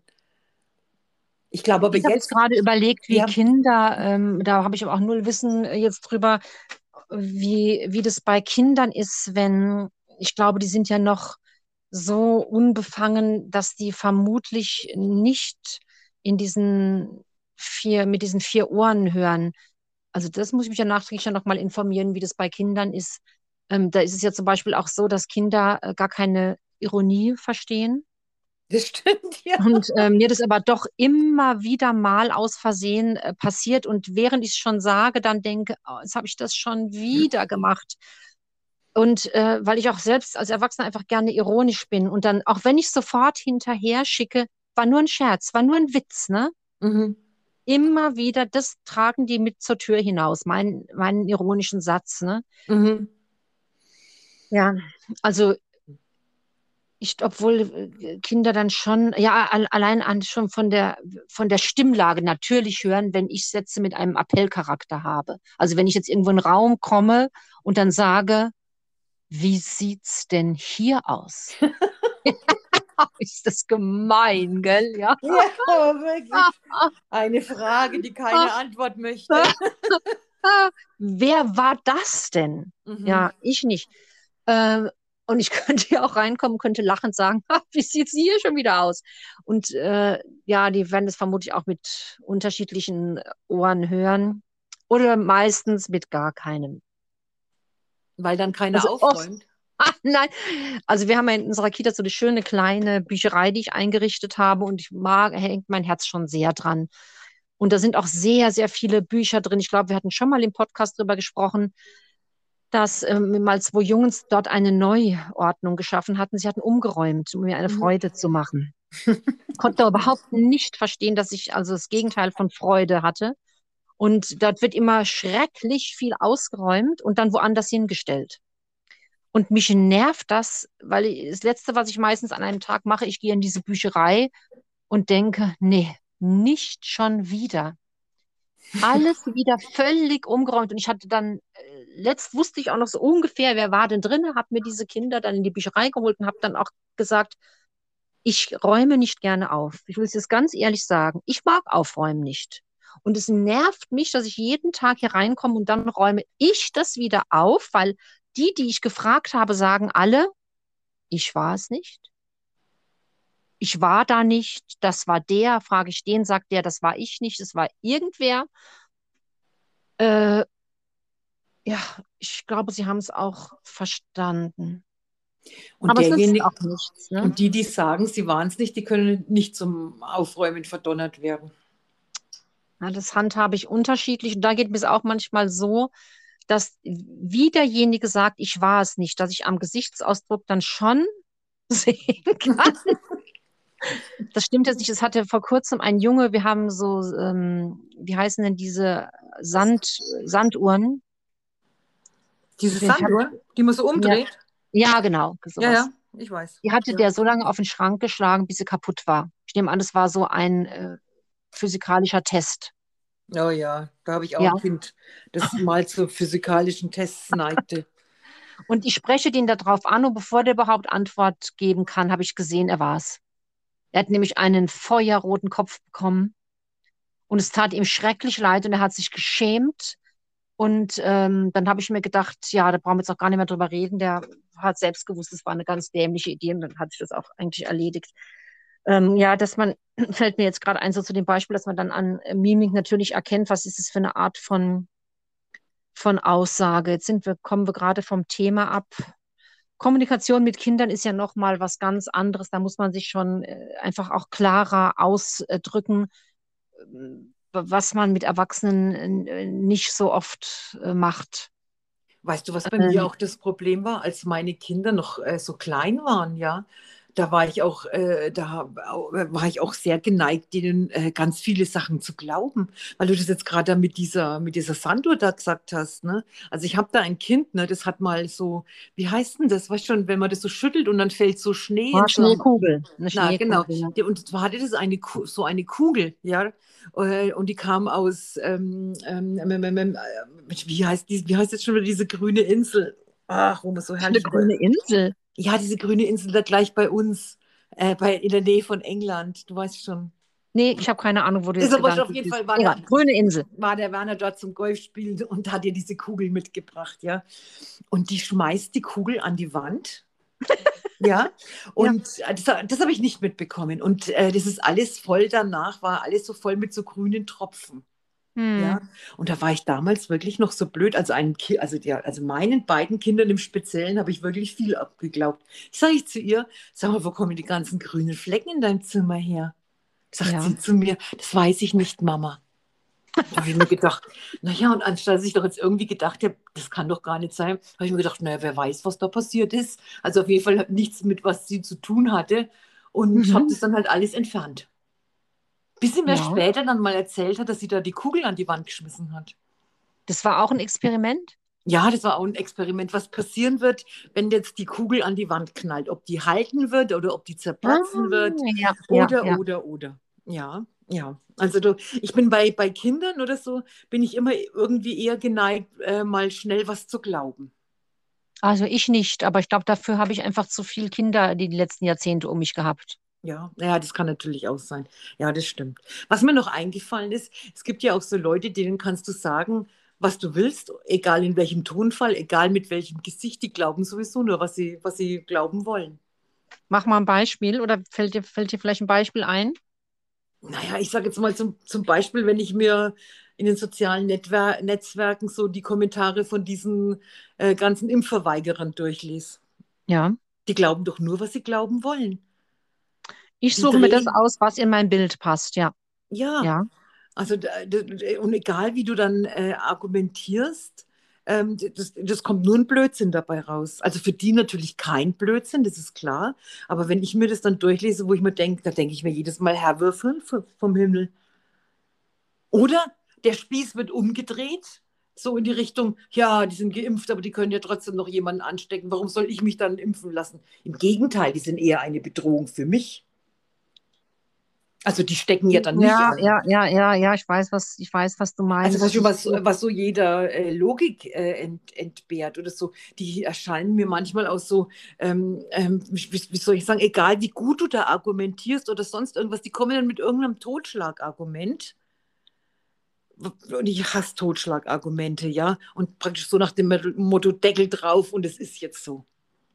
Ich glaube aber Ich habe jetzt jetzt, gerade überlegt, wie ja, Kinder, ähm, da habe ich aber auch null Wissen äh, jetzt drüber, wie, wie das bei Kindern ist, wenn, ich glaube, die sind ja noch so unbefangen, dass die vermutlich nicht in diesen vier, mit diesen vier Ohren hören. Also das muss ich mich ja nachträglich ja noch mal informieren, wie das bei Kindern ist. Ähm, da ist es ja zum Beispiel auch so, dass Kinder äh, gar keine Ironie verstehen. das stimmt, ja. Und äh, mir das aber doch immer wieder mal aus Versehen äh, passiert. Und während ich es schon sage, dann denke, oh, jetzt habe ich das schon wieder gemacht. Und äh, weil ich auch selbst als Erwachsener einfach gerne ironisch bin. Und dann, auch wenn ich sofort hinterher schicke, war nur ein Scherz, war nur ein Witz, ne? Mhm. immer wieder, das tragen die mit zur Tür hinaus, mein, meinen ironischen Satz, ne? Mhm. Ja, also ich, obwohl äh, Kinder dann schon, ja, al- allein an, schon von der, von der Stimmlage natürlich hören, wenn ich Sätze mit einem Appellcharakter habe. Also wenn ich jetzt irgendwo in einen Raum komme und dann sage, wie sieht's denn hier aus? Ist das gemein, gell? Ja. Ja, aber wirklich eine Frage, die keine Antwort möchte. Wer war das denn? Mhm. Ja, ich nicht. Ähm, und ich könnte ja auch reinkommen, könnte lachend sagen, "Ha, wie sieht sie hier schon wieder aus?" Und äh, ja, die werden das vermutlich auch mit unterschiedlichen Ohren hören oder meistens mit gar keinem. Weil dann keiner Also oft, aufräumt. ah, nein, also wir haben ja in unserer Kita so eine schöne kleine Bücherei, die ich eingerichtet habe und ich mag, hängt mein Herz schon sehr dran. Und da sind auch sehr, sehr viele Bücher drin. Ich glaube, wir hatten schon mal im Podcast drüber gesprochen, dass ähm, mal zwei Jungs dort eine Neuordnung geschaffen hatten. Sie hatten umgeräumt, um mir eine Mhm. Freude zu machen. Konnte aber überhaupt nicht verstehen, dass ich also das Gegenteil von Freude hatte. Und dort wird immer schrecklich viel ausgeräumt und dann woanders hingestellt. Und mich nervt das, weil ich, das Letzte, was ich meistens an einem Tag mache, ich gehe in diese Bücherei und denke, nee, nicht schon wieder. Alles wieder völlig umgeräumt. Und ich hatte dann, äh, letzt wusste ich auch noch so ungefähr, wer war denn drin, habe mir diese Kinder dann in die Bücherei geholt und habe dann auch gesagt, ich räume nicht gerne auf. Ich will es jetzt ganz ehrlich sagen. Ich mag Aufräumen nicht. Und es nervt mich, dass ich jeden Tag hier reinkomme und dann räume ich das wieder auf, weil die, die ich gefragt habe, sagen alle, ich war es nicht. Ich war da nicht. Das war der. Frage ich den, sagt der, das war ich nicht. Das war irgendwer. Äh, ja, ich glaube, sie haben es auch verstanden. Und Aber es nützt derjenige, auch nichts, ne? und die, die sagen, sie waren es nicht, die können nicht zum Aufräumen verdonnert werden. Ja, das handhabe ich unterschiedlich. Und da geht mir es auch manchmal so, dass wie derjenige sagt, ich war es nicht, dass ich am Gesichtsausdruck dann schon sehen kann. Das stimmt jetzt nicht. Es hatte vor kurzem ein Junge, wir haben so, ähm, wie heißen denn diese Sand, Sanduhren? Diese Ich hab, Sanduhr, die man so ja, umdreht. ja, genau, Ja, sowas. ja, ich weiß. Die hatte Ja, der so lange auf den Schrank geschlagen, bis sie kaputt war. Ich nehme an, das war so ein äh, physikalischer Test. oh ja, da habe ich auch Ja. ein Kind, das mal zu physikalischen Tests neigte. Und ich spreche den darauf an und bevor der überhaupt Antwort geben kann, habe ich gesehen, er war es. Er hat nämlich einen feuerroten Kopf bekommen und es tat ihm schrecklich leid und er hat sich geschämt. Und ähm, dann habe ich mir gedacht, ja, da brauchen wir jetzt auch gar nicht mehr drüber reden. Der hat selbst gewusst, es war eine ganz dämliche Idee und dann hat sich das auch eigentlich erledigt. Ähm, ja, dass man, fällt mir jetzt gerade ein, so zu dem Beispiel, dass man dann an äh, Mimik natürlich erkennt, was ist es für eine Art von, von Aussage. Jetzt sind wir, kommen wir gerade vom Thema ab. Kommunikation mit Kindern ist ja noch mal was ganz anderes. Da muss man sich schon äh, einfach auch klarer ausdrücken, ähm, was man mit Erwachsenen äh, nicht so oft äh, macht. Weißt du, was bei mir Ähm, auch das Problem war, als meine Kinder noch äh, so klein waren, ja? Da war ich auch, äh, da war ich auch sehr geneigt, denen äh, ganz viele Sachen zu glauben, weil du das jetzt gerade mit dieser, mit dieser Sanduhr da gesagt hast, ne? Also ich habe da ein Kind, ne, das hat mal so, wie heißt denn das? Weißt schon, wenn man das so schüttelt und dann fällt so Schnee oh, in so einem, Schneekugel, eine na genau, Schneekugel. Ja. Die- und zwar hatte das eine, Ku- so eine Kugel, ja, äh, und die kam aus, ähm, ähm, ähm, ähm, ähm, äh, wie heißt die, wie heißt jetzt schon wieder diese grüne Insel? Ach, wo man so Eine herrlich über. grüne Insel. Ja, diese grüne Insel da gleich bei uns, äh, bei, in der Nähe von England, du weißt schon. Nee, ich habe keine Ahnung, wo du Ist jetzt aber schon gelandet auf jeden bist. Fall, war Egal, der, grüne Insel. war der Werner dort zum Golfspielen und hat ihr diese Kugel mitgebracht, ja. Und die schmeißt die Kugel an die Wand. Ja, Ja. und äh, das, das habe ich nicht mitbekommen. Und äh, das ist alles voll danach, war alles so voll mit so grünen Tropfen. Ja, Hm. und da war ich damals wirklich noch so blöd. Also, ein Ki also, ja, also meinen beiden Kindern im Speziellen habe ich wirklich viel abgeglaubt. Ich sage ich zu ihr, sag mal, wo kommen die ganzen grünen Flecken in deinem Zimmer her? Sagt Ja. sie zu mir, das weiß ich nicht, Mama. Da habe ich mir gedacht, naja, und anstatt dass ich doch jetzt irgendwie gedacht habe, das kann doch gar nicht sein, habe ich mir gedacht, naja, wer weiß, was da passiert ist. Also auf jeden Fall hat nichts mit was sie zu tun hatte. Und habe Mhm. das dann halt alles entfernt. Bis sie mir Ja. später dann mal erzählt hat, dass sie da die Kugel an die Wand geschmissen hat. Das war auch ein Experiment? Ja, das war auch ein Experiment, was passieren wird, wenn jetzt die Kugel an die Wand knallt. Ob die halten wird oder ob die Ah, zerplatzen wird ja, ja, oder, ja. oder, oder. Ja, ja. Also du, ich bin bei, bei Kindern oder so, bin ich immer irgendwie eher geneigt, äh, mal schnell was zu glauben. Also ich nicht, aber ich glaube, dafür habe ich einfach zu viel Kinder die, die letzten Jahrzehnte um mich gehabt. Ja, ja, das kann natürlich auch sein. Ja, das stimmt. Was mir noch eingefallen ist, es gibt ja auch so Leute, denen kannst du sagen, was du willst, egal in welchem Tonfall, egal mit welchem Gesicht, die glauben sowieso nur, was sie, was sie glauben wollen. Mach mal ein Beispiel oder fällt dir, fällt dir vielleicht ein Beispiel ein? Naja, ich sage jetzt mal zum, zum Beispiel, wenn ich mir in den sozialen Netwer Netzwerken so die Kommentare von diesen äh, ganzen Impfverweigerern durchlese. Ja. Die glauben doch nur, was sie glauben wollen. Ich Die suche mir das drehen, aus, was in mein Bild passt. Ja, ja, ja. also d- d- und egal wie du dann äh, argumentierst, ähm, das, das kommt nur ein Blödsinn dabei raus. Also für die natürlich kein Blödsinn, das ist klar. Aber wenn ich mir das dann durchlese, wo ich mir denke, da denke ich mir jedes Mal, Herr Würfel vom Himmel. Oder der Spieß wird umgedreht, so in die Richtung, ja, die sind geimpft, aber die können ja trotzdem noch jemanden anstecken. Warum soll ich mich dann impfen lassen? Im Gegenteil, die sind eher eine Bedrohung für mich. Also die stecken ja dann mich Ja, an. ja, ja, ja, ja, ich weiß, was, ich weiß, was du Also was, meinst. schon Das ist was, so. was so jeder äh, Logik äh, ent, entbehrt oder so, die erscheinen mir manchmal auch so, ähm, ähm, wie, wie soll ich sagen, egal wie gut du da argumentierst oder sonst irgendwas, die kommen dann mit irgendeinem Totschlagargument. Und ich hasse Totschlagargumente, ja. Und praktisch so nach dem Motto Deckel drauf und es ist jetzt so.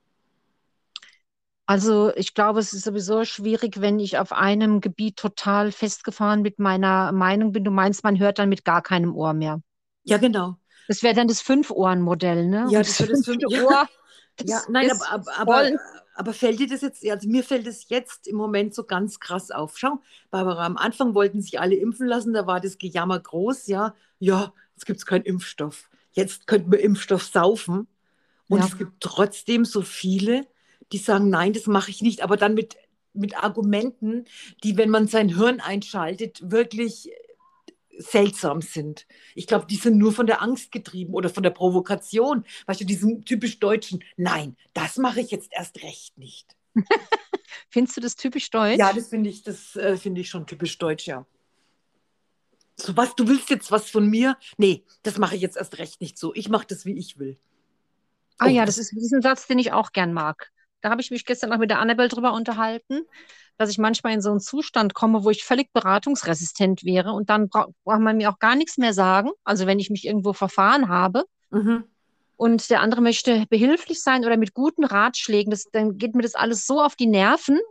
Also ich glaube, es ist sowieso schwierig, wenn ich auf einem Gebiet total festgefahren mit meiner Meinung bin. Du meinst, man hört dann mit gar keinem Ohr mehr. Ja, genau. Das wäre dann das Fünf-Ohren-Modell, ne? Ja, Und das das wird es für. fünfte Ja, Ohr, ja, das nein, aber, ist aber, aber, voll. aber fällt dir das jetzt, also mir fällt es jetzt im Moment so ganz krass auf. Schau, Barbara, am Anfang wollten sich alle impfen lassen, da war das Gejammer groß, ja. Ja, jetzt gibt es keinen Impfstoff. Jetzt könnten wir Impfstoff saufen. Und Ja. es gibt trotzdem so viele, die sagen, nein, das mache ich nicht, aber dann mit, mit Argumenten, die, wenn man sein Hirn einschaltet, wirklich seltsam sind. Ich glaube, die sind nur von der Angst getrieben oder von der Provokation. Weißt du, diesen typisch Deutschen, nein, das mache ich jetzt erst recht nicht. Findest du das typisch Ja, deutsch? das finde ich, das äh, finde ich schon typisch deutsch, ja. So was, du willst jetzt was von mir? Nee, das mache ich jetzt erst recht nicht so. Ich mache das, wie ich will. Ah Oh, ja, das was? ist, das ist ein Satz, den ich auch gern mag. Da habe ich mich gestern noch mit der Annabelle drüber unterhalten, dass ich manchmal in so einen Zustand komme, wo ich völlig beratungsresistent wäre und dann bra braucht man mir auch gar nichts mehr sagen. Also wenn ich mich irgendwo verfahren habe Mhm. und der andere möchte behilflich sein oder mit guten Ratschlägen, das, dann geht mir das alles so auf die Nerven,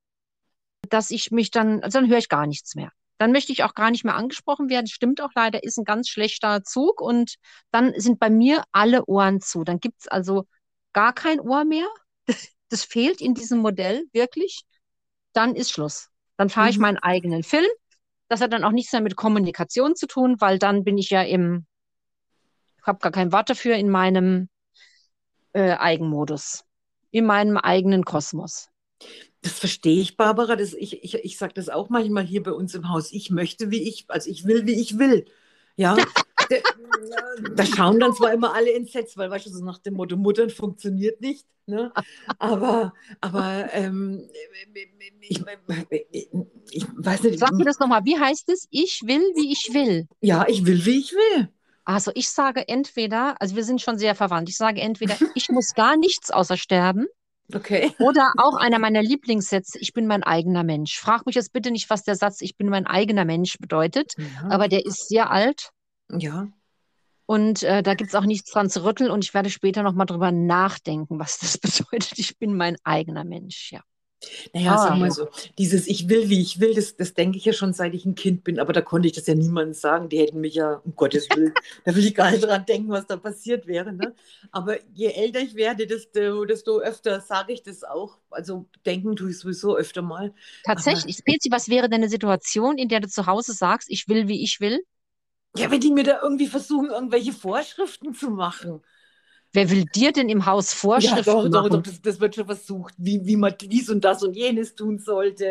dass ich mich dann, also dann höre ich gar nichts mehr. Dann möchte ich auch gar nicht mehr angesprochen werden. Stimmt auch leider, ist ein ganz schlechter Zug. Und dann sind bei mir alle Ohren zu. Dann gibt es also gar kein Ohr mehr. Das fehlt in diesem Modell wirklich. Dann ist Schluss. Dann fahre ich Mhm. meinen eigenen Film. Das hat dann auch nichts mehr mit Kommunikation zu tun, weil dann bin ich ja im, ich habe gar kein Wort dafür, in meinem äh, Eigenmodus, in meinem eigenen Kosmos. Das verstehe ich, Barbara. Das, ich ich, ich sage das auch manchmal hier bei uns im Haus. Ich möchte, wie ich, also ich will, wie ich will. Ja, da, da schauen dann zwar immer alle entsetzt, weil, weißt du, so nach dem Motto, Muttern funktioniert nicht. Ne? Aber, aber ähm, ich, ich, ich weiß nicht, Sag mir das nochmal, wie heißt es? Ich will, wie ich will. ja, ich will, wie ich will. Also ich sage entweder, also wir sind schon sehr verwandt, ich sage entweder, ich muss gar nichts außer sterben Okay. oder auch einer meiner Lieblingssätze, ich bin mein eigener Mensch. Frag mich jetzt bitte nicht, was der Satz, ich bin mein eigener Mensch bedeutet, Ja, aber der ist sehr alt ja. und äh, da gibt es auch nichts dran zu rütteln und ich werde später nochmal drüber nachdenken, was das bedeutet. Ich bin mein eigener Mensch, ja. Naja, Ah, sag mal ja. so, dieses Ich will, wie ich will, das, das denke ich ja schon, seit ich ein Kind bin, aber da konnte ich das ja niemandem sagen. Die hätten mich ja, um Gottes Willen, da will ich gar nicht dran denken, was da passiert wäre. Ne? Aber je älter ich werde, desto, desto öfter sage ich das auch. Also denken tue ich sowieso öfter mal. Aber Tatsächlich, Spezi, was wäre denn eine Situation, in der du zu Hause sagst, ich will, wie ich will? ja, wenn die mir da irgendwie versuchen, irgendwelche Vorschriften zu machen. Wer will dir denn im Haus Ja, doch, Vorschriften doch, doch, machen? das, das wird schon versucht, wie, wie man dies und das und jenes tun sollte.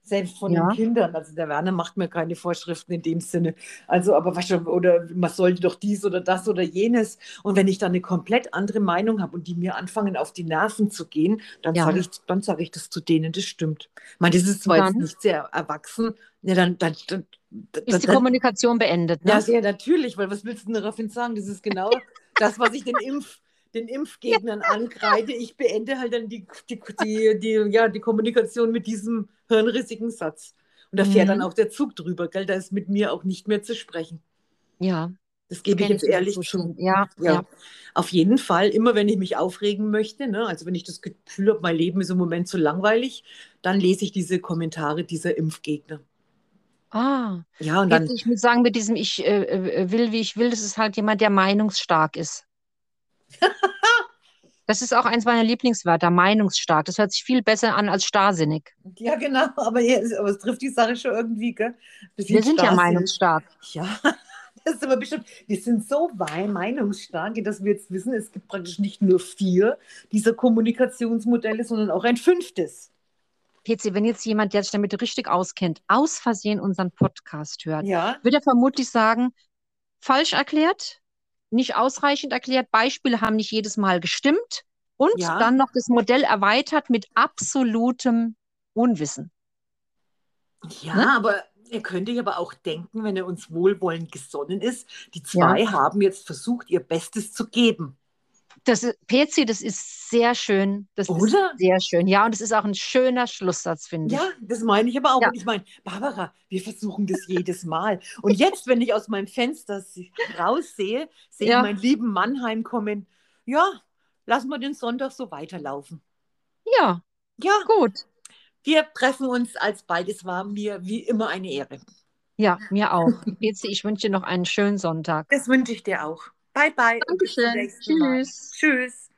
selbst von den Ja, Kindern. Also der Werner macht mir keine Vorschriften in dem Sinne. Also, aber was schon, oder man sollte doch dies oder das oder jenes. Und wenn ich dann eine komplett andere Meinung habe und die mir anfangen, auf die Nerven zu gehen, dann sage ja. ich, dann sage ich das zu denen, das stimmt. Ich meine, das ist Und zwar jetzt dann nicht sehr erwachsen, ja, dann, dann, dann, ist dann, die dann Kommunikation beendet, ja, ne? sehr natürlich, weil was willst du denn daraufhin sagen? Das ist genau das, was ich den Impf, den Impfgegnern ankreide. Ich beende halt dann die, die, die, die, ja, die Kommunikation mit diesem hirnrissigen Satz. Und da fährt dann Mhm. auch der Zug drüber, gell? Da ist mit mir auch nicht mehr zu sprechen. Ja, Das das gebe ich kann ich jetzt dir nur ehrlich zu. zustimmen. Ja, Ja, ja. auf jeden Fall, immer wenn ich mich aufregen möchte, ne, also wenn ich das Gefühl habe, mein Leben ist im Moment zu langweilig, dann lese ich diese Kommentare dieser Impfgegner. Ah, Ja, und jetzt, dann, ich muss sagen, mit diesem Ich äh, äh, will, wie ich will, das ist halt jemand, der meinungsstark ist. Das ist auch eins meiner Lieblingswörter, meinungsstark. Das hört sich viel besser an als starrsinnig. ja, genau, aber, ja, es- aber es trifft die Sache schon irgendwie, gell? Bisschen Wir sind ja starrsinnig. meinungsstark. Ja, das ist aber bestimmt, wir sind so wei- meinungsstark, dass wir jetzt wissen, es gibt praktisch nicht nur vier dieser Kommunikationsmodelle, sondern auch ein fünftes. P C, wenn jetzt jemand, der sich damit richtig auskennt, aus Versehen unseren Podcast hört, Ja, wird er vermutlich sagen, falsch erklärt, nicht ausreichend erklärt, Beispiele haben nicht jedes Mal gestimmt und ja, dann noch das Modell erweitert mit absolutem Unwissen. Ne? ja, aber er könnte ja aber auch denken, wenn er uns wohlwollend gesonnen ist, die Ja. zwei haben jetzt versucht, ihr Bestes zu geben. Das ist, P C, das ist sehr schön. Das ist Oder? sehr schön. Ja, und es ist auch ein schöner Schlusssatz, finde Ja, ich. das meine ich aber auch. Ja, Und ich meine, Barbara, wir versuchen das jedes Mal. Und jetzt, wenn ich aus meinem Fenster se- raussehe, sehe ich ja, meinen lieben Mannheim kommen. Ja, lassen wir den Sonntag so weiterlaufen. ja, Ja, gut. wir treffen uns alsbald. Es war mir wie immer eine Ehre. Ja, mir auch. P C, ich wünsche dir noch einen schönen Sonntag. Das wünsche ich dir auch. Bye, bye und bis zum Dankeschön. nächsten Mal. Tschüss. Tschüss.